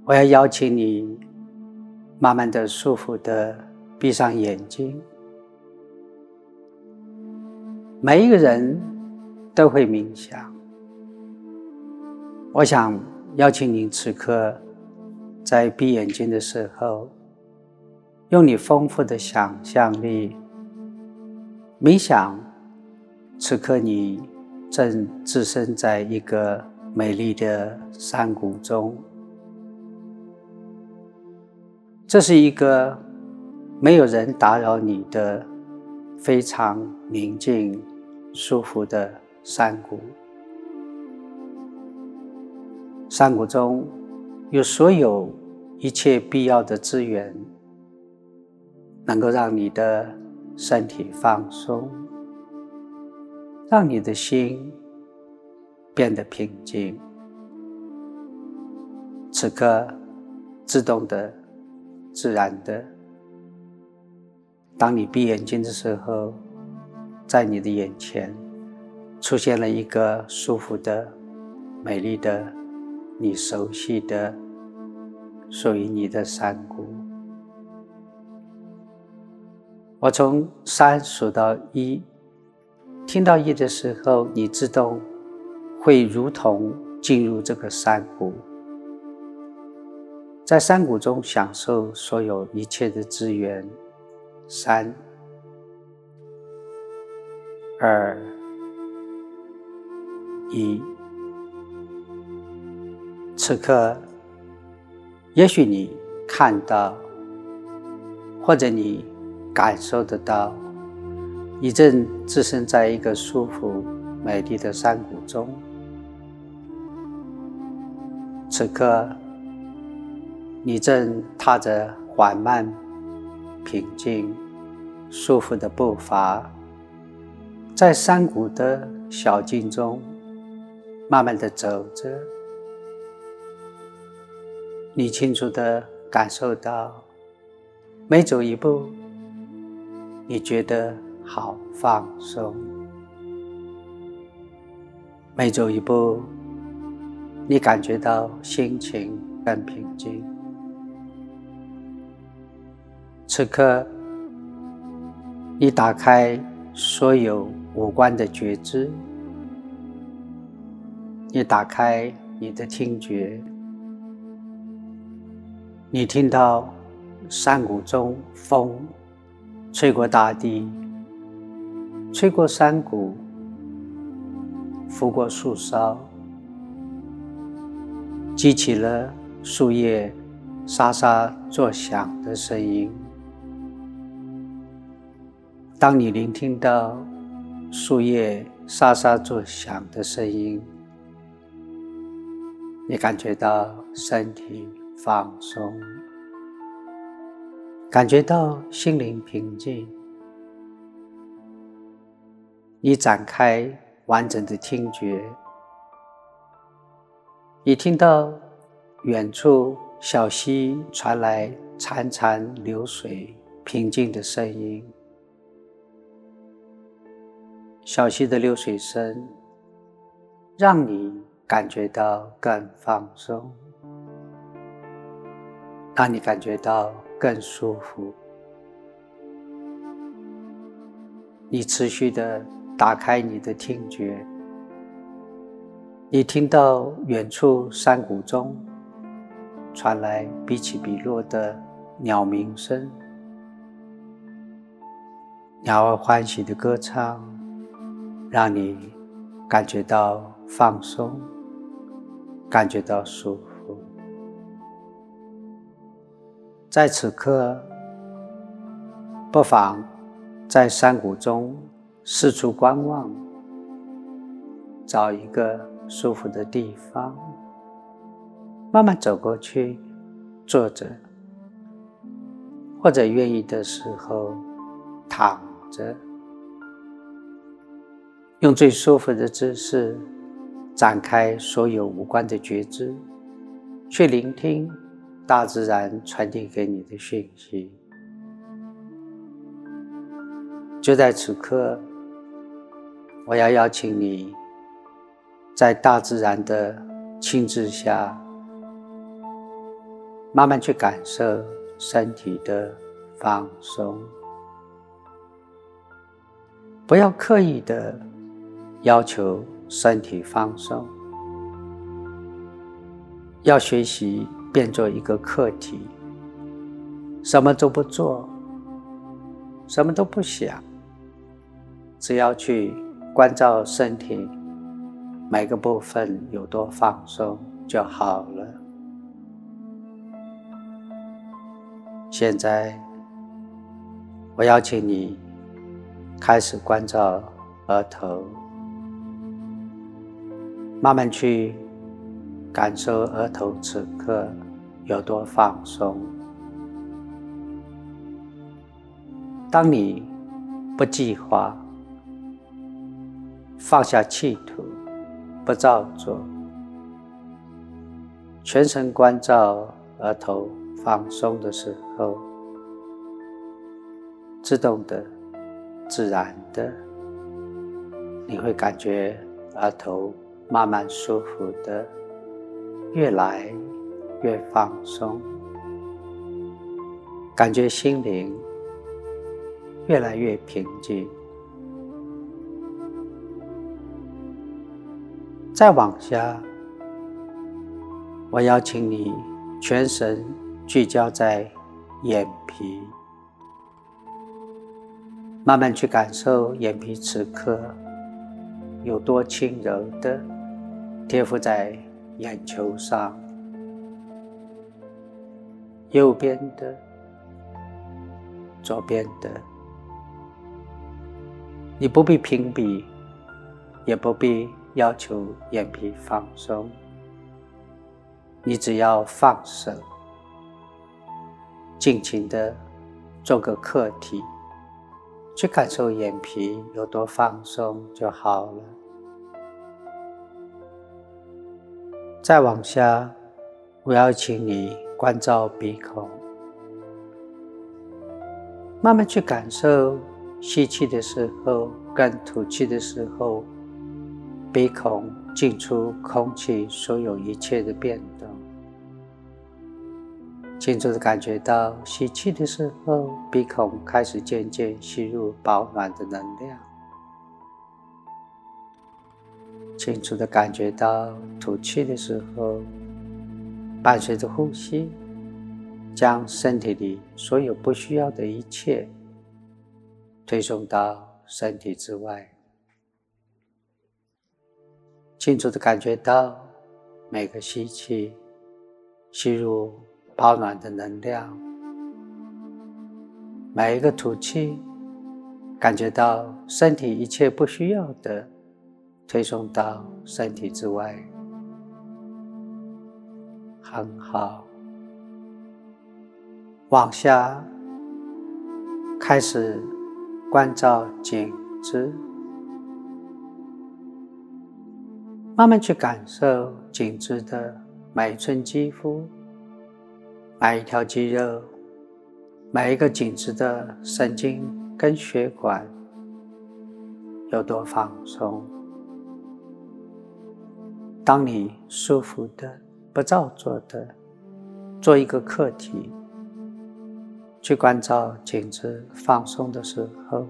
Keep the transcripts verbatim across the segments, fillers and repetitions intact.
我要邀请你慢慢的舒服的闭上眼睛。每一个人都会冥想，我想邀请你此刻在闭眼睛的时候，用你丰富的想象力冥想。此刻你正置身在一个美丽的山谷中，这是一个没有人打扰你的非常宁静舒服的山谷。山谷中有所有一切必要的资源，能够让你的身体放松，让你的心变得平静。此刻自动的自然的，当你闭眼睛的时候，在你的眼前出现了一个舒服的美丽的你熟悉的属于你的山谷。我从三数到一，听到一的时候，你自动会如同进入这个山谷，在山谷中享受所有一切的资源。三、二、一。此刻，也许你看到，或者你感受得到，你正置身在一个舒服美丽的山谷中。此刻你正踏着缓慢平静舒服的步伐，在山谷的小径中慢慢地走着。你清楚地感受到，每走一步你觉得好放松，每走一步你感觉到心情更平静。此刻你打开所有五官的觉知，你打开你的听觉，你听到山谷中风吹过大地，吹过山谷，拂过树梢，激起了树叶沙沙作响的声音。当你聆听到树叶沙沙作响的声音，你感觉到身体放松，感觉到心灵平静。你展开完整的听觉，你听到远处小溪传来潺潺流水平静的声音。小溪的流水声让你感觉到更放松，让你感觉到更舒服。你持续地打开你的听觉，你听到远处山谷中传来彼起彼落的鸟鸣声，鸟儿欢喜的歌唱，让你感觉到放松，感觉到舒服。在此刻，不妨在山谷中四处观望，找一个舒服的地方，慢慢走过去，坐着，或者愿意的时候躺着，用最舒服的姿势展开所有五官的觉知，去聆听大自然传递给你的讯息。就在此刻，我要邀请你在大自然的亲自下， 慢慢去感受身体的放松，不要刻意的要求身体放松，要学习变作一个课题，什么都不做，什么都不想，只要去关照身体每个部分有多放松就好了。现在我邀请你开始关照额头，慢慢去感受额头此刻有多放松。当你不计划，放下企图，不造作，全神关照额头放松的时候，自动的、自然的，你会感觉额头慢慢舒服的越来越放松，感觉心灵越来越平静。再往下，我邀请你全神聚焦在眼皮，慢慢去感受眼皮此刻有多轻柔的贴附在眼球上，右边的、左边的，你不必评比，也不必要求眼皮放松，你只要放手，尽情的做个课题，去感受眼皮有多放松就好了。再往下，我要请你关照鼻孔，慢慢去感受吸气的时候跟吐气的时候，鼻孔进出空气所有一切的变动。清楚地感觉到吸气的时候，鼻孔开始渐渐吸入保暖的能量，清楚地感觉到吐气的时候，伴随着呼吸，将身体里所有不需要的一切推送到身体之外。清楚地感觉到每个吸气吸入保暖的能量，每一个吐气感觉到身体一切不需要的推送到身体之外。很好，往下开始关照颈椎，慢慢去感受颈椎的每一寸肌肤，每一条肌肉，每一个颈椎的神经跟血管有多放松。当你舒服的、不造作的做一个课题，去关照颈椎放松的时候，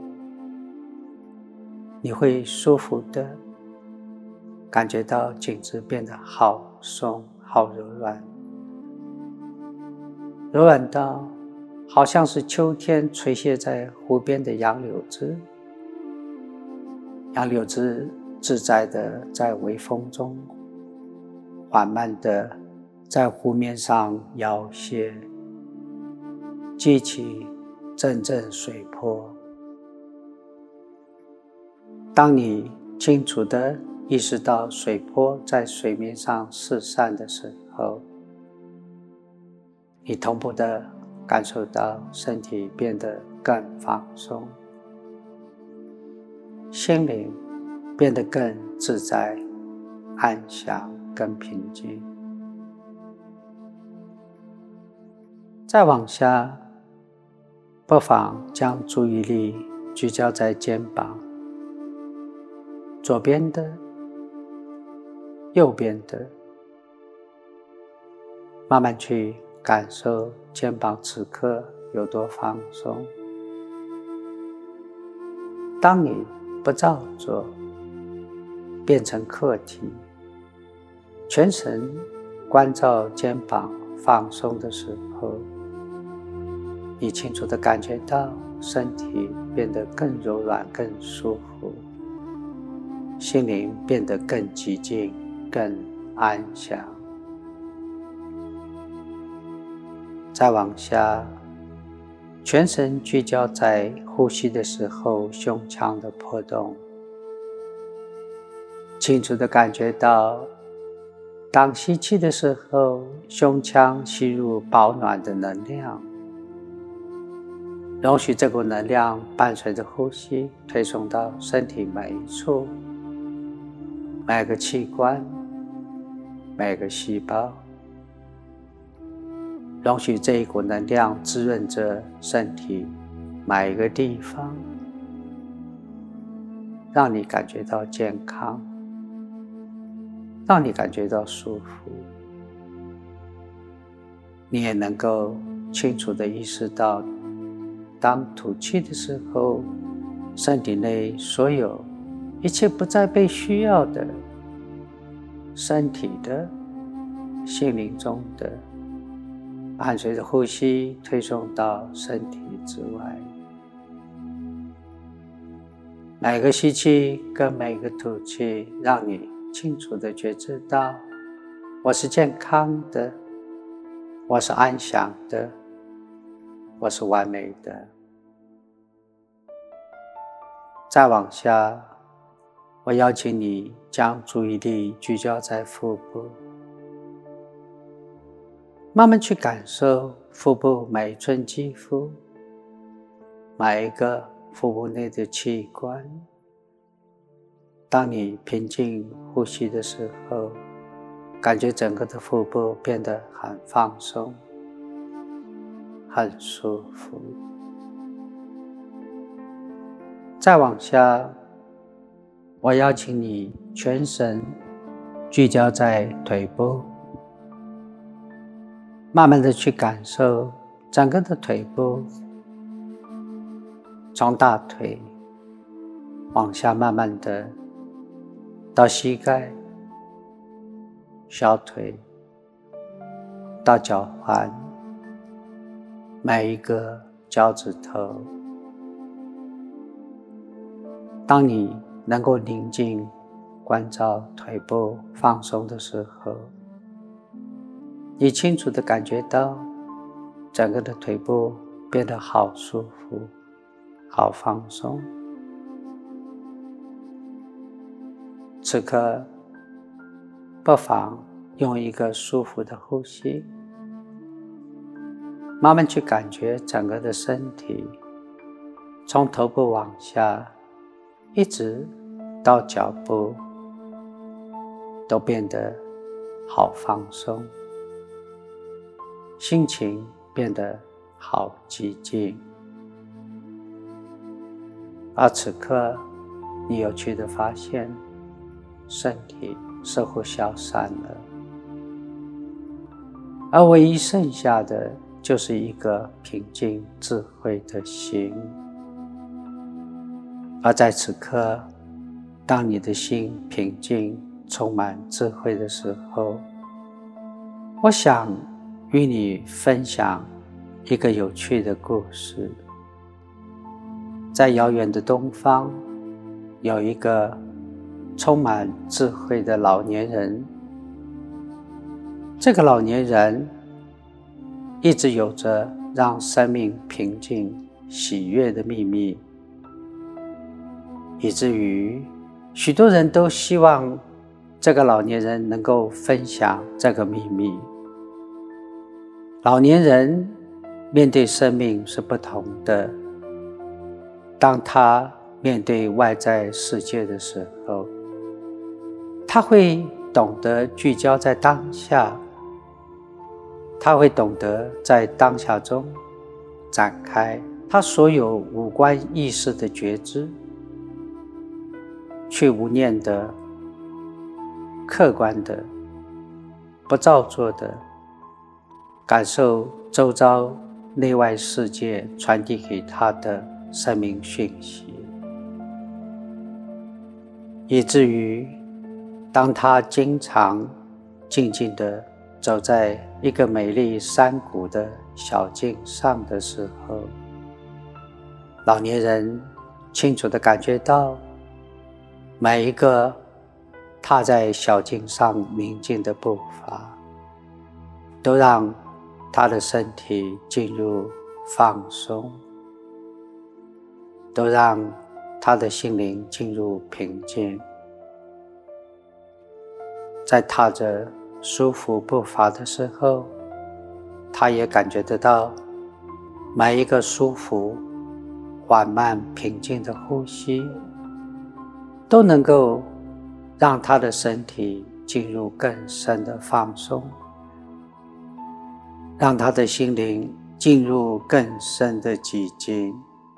你会舒服的感觉到颈椎变得好松、好柔软，柔软到好像是秋天垂泻在湖边的杨柳枝，杨柳枝自在的在微风中缓慢的在湖面上摇曳，激起阵阵水波。当你清楚地意识到水波在水面上四散的时候，你同步地感受到身体变得更放松，心灵变得更自在、安详、更平静。再往下，不妨将注意力聚焦在肩膀，左边的、右边的，慢慢去感受肩膀此刻有多放松。当你不照做，变成课题，全神关照肩膀放松的时候，你清楚地感觉到身体变得更柔软、更舒服，心灵变得更寂静、更安详。再往下，全神聚焦在呼吸的时候胸腔的波动，清楚地感觉到当吸气的时候，胸腔吸入保暖的能量，容许这股能量伴随着呼吸推送到身体每一处、每个器官、每个细胞，容许这一股能量滋润着身体每一个地方，让你感觉到健康，让你感觉到舒服。你也能够清楚地意识到，当吐气的时候，身体内所有一切不再被需要的、身体的、心灵中的，伴随着呼吸推送到身体之外。每个吸气跟每个吐气，让你清楚地觉知到，我是健康的，我是安详的，我是完美的。再往下，我邀请你将注意力聚焦在腹部，慢慢去感受腹部每一寸肌肤，每一个腹部内的器官。当你平静呼吸的时候，感觉整个的腹部变得很放松，很舒服。再往下，我邀请你全神聚焦在腿部，慢慢的去感受整个的腿部，从大腿往下慢慢的到膝盖、小腿到脚踝，每一个脚趾头。当你能够宁静关照腿部放松的时候，你清楚地感觉到整个的腿部变得好舒服、好放松。此刻，不妨用一个舒服的呼吸，慢慢去感觉整个的身体，从头部往下，一直到脚部，都变得好放松，心情变得好寂静。而此刻，你有趣地发现，身体似乎消散了，而唯一剩下的就是一个平静智慧的心。而在此刻，当你的心平静充满智慧的时候，我想与你分享一个有趣的故事。在遥远的东方，有一个充满智慧的老年人。这个老年人一直有着让生命平静喜悦的秘密，以至于许多人都希望这个老年人能够分享这个秘密。老年人面对生命是不同的，当他面对外在世界的时候，他会懂得聚焦在当下，他会懂得在当下中展开他所有五官意识的觉知，去无念的、客观的、不造作的感受周遭内外世界传递给他的生命讯息，以至于当他经常静静地走在一个美丽山谷的小径上的时候，老年人清楚地感觉到每一个踏在小径上宁静的步伐，都让他的身体进入放松，都让他的心灵进入平静。在踏着舒服步伐的时候，他也感觉得到每一个舒服、缓慢、平静的呼吸，都能够让他的身体进入更深的放松，让他的心灵进入更深的寂静。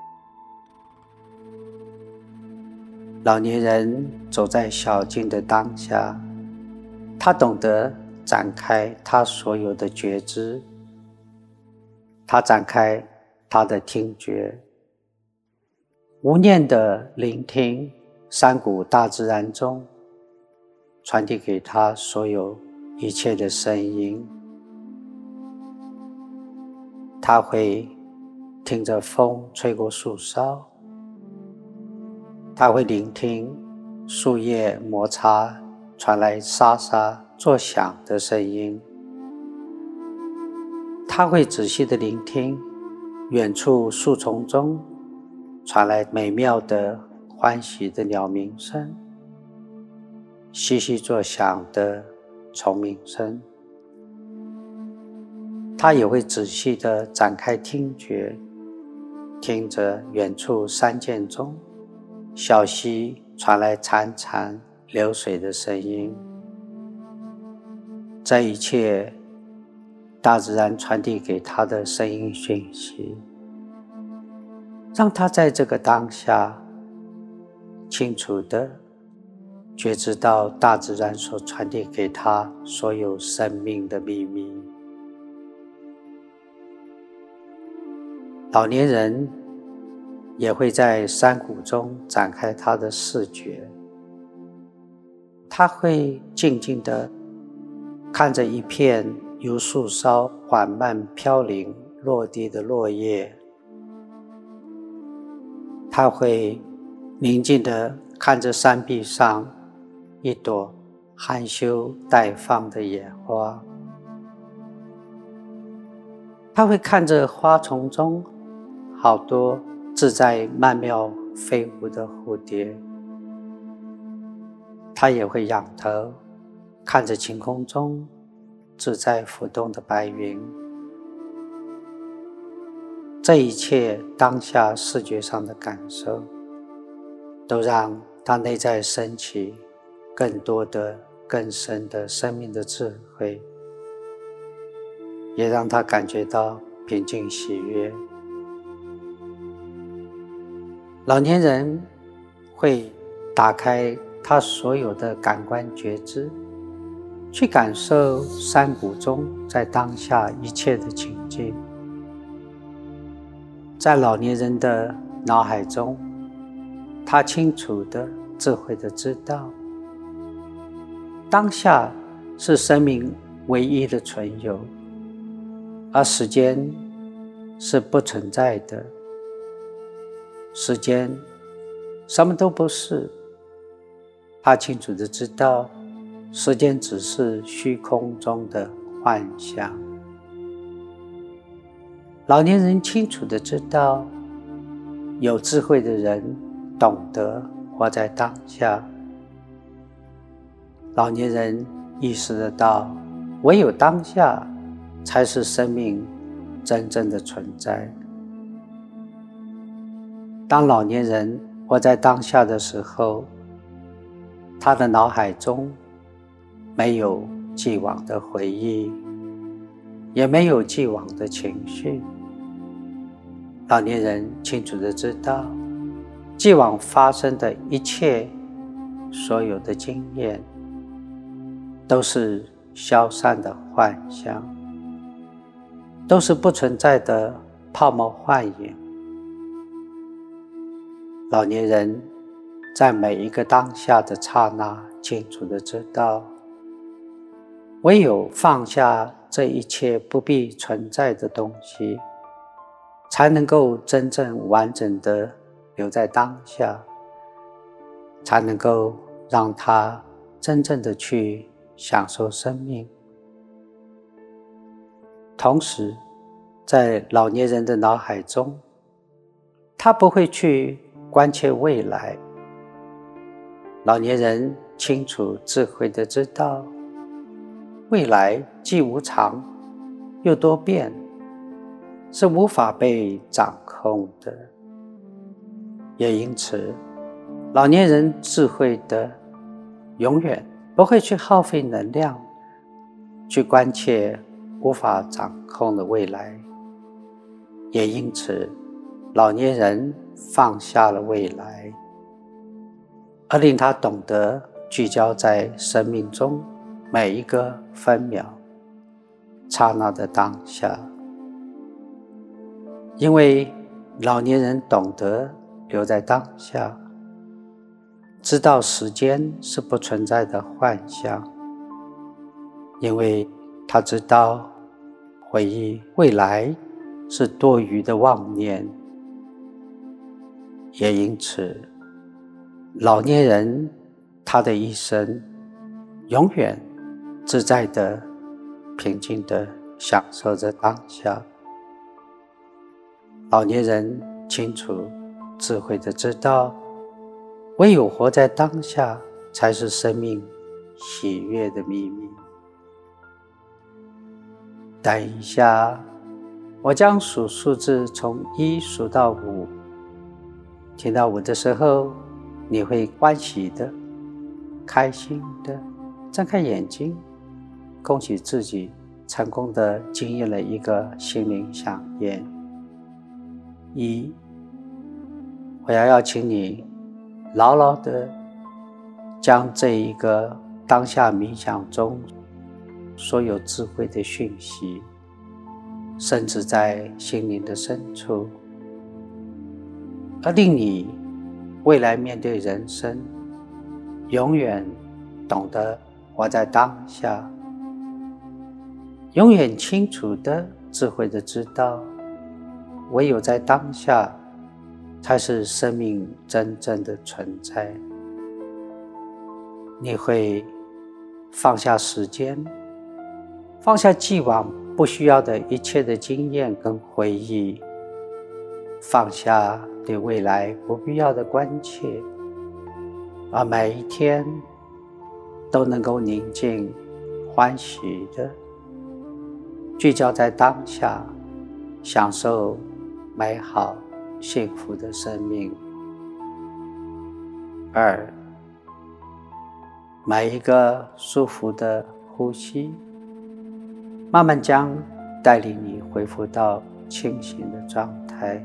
老年人走在小径的当下，他懂得展开他所有的觉知，他展开他的听觉，无念地聆听山谷大自然中传递给他所有一切的声音。他会听着风吹过树梢，他会聆听树叶摩擦传来沙沙作响的声音，他会仔细地聆听远处树丛中传来美妙的欢喜的鸟鸣声，悉悉作响的虫鸣声。他也会仔细地展开听觉，听着远处山涧中小溪传来潺潺流水的声音。这一切大自然传递给他的声音讯息，让他在这个当下清楚地觉知到大自然所传递给他所有生命的秘密。老年人也会在山谷中展开他的视觉，他会静静地看着一片由树梢缓慢飘零落地的落叶，他会宁静地看着山壁上一朵含羞待放的野花，他会看着花丛中好多自在曼妙飞舞的蝴蝶，他也会仰头看着晴空中自在浮动的白云。这一切当下视觉上的感受，都让他内在升起更多的更深的生命的智慧，也让他感觉到平静喜悦。老年人会打开他所有的感官觉知，去感受山谷中在当下一切的情境。在老年人的脑海中，他清楚的、智慧的知道，当下是生命唯一的存有，而时间是不存在的。时间什么都不是，他清楚地知道，时间只是虚空中的幻象。老年人清楚地知道，有智慧的人懂得活在当下。老年人意识得到，唯有当下才是生命真正的存在。当老年人活在当下的时候，他的脑海中没有既往的回忆，也没有既往的情绪。老年人清楚地知道，既往发生的一切所有的经验都是消散的幻象， 都是不存在的泡沫幻影。老年人在每一个当下的刹那，清楚地知道，唯有放下这一切不必存在的东西，才能够真正完整地留在当下，才能够让他真正的去享受生命。同时，在老年人的脑海中，他不会去关切未来。老年人清楚智慧地知道，未来既无常又多变，是无法被掌控的。也因此，老年人智慧的永远不会去耗费能量去关切无法掌控的未来。也因此，老年人放下了未来，而令他懂得聚焦在生命中每一个分秒刹那的当下。因为老年人懂得留在当下，知道时间是不存在的幻象，因为他知道回忆未来是多余的妄念。也因此，老年人他的一生永远自在的、平静的享受着当下。老年人清楚、智慧的知道，唯有活在当下，才是生命喜悦的秘密。等一下，我将数数字从一数到五，听到五的时候，你会欢喜的、开心的睁开眼睛，恭喜自己成功的经验了一个心灵飨宴。一，我要邀请你牢牢的将这一个当下冥想中所有智慧的讯息，深植在心灵的深处，而令你未来面对人生，永远懂得活在当下，永远清楚的、智慧的知道，唯有在当下，才是生命真正的存在。你会放下时间，放下既往不需要的一切的经验跟回忆，放下对未来不必要的关切，而每一天都能够宁静、欢喜的聚焦在当下，享受美好幸福的生命。二，每一个舒服的呼吸，慢慢将带领你恢复到清醒的状态。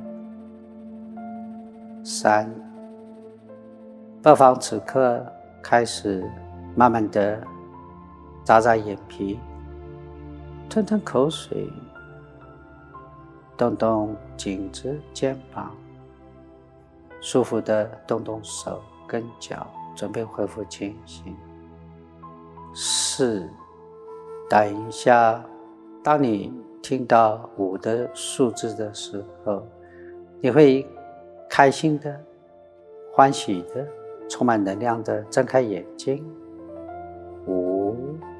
三，不妨此刻开始慢慢的眨眨眼皮，吞吞口水，动动颈子、肩膀，舒服的动动手跟脚，准备恢复清醒。四，等一下，当你听到五的数字的时候，你会开心的、欢喜的、充满能量的睁开眼睛。五、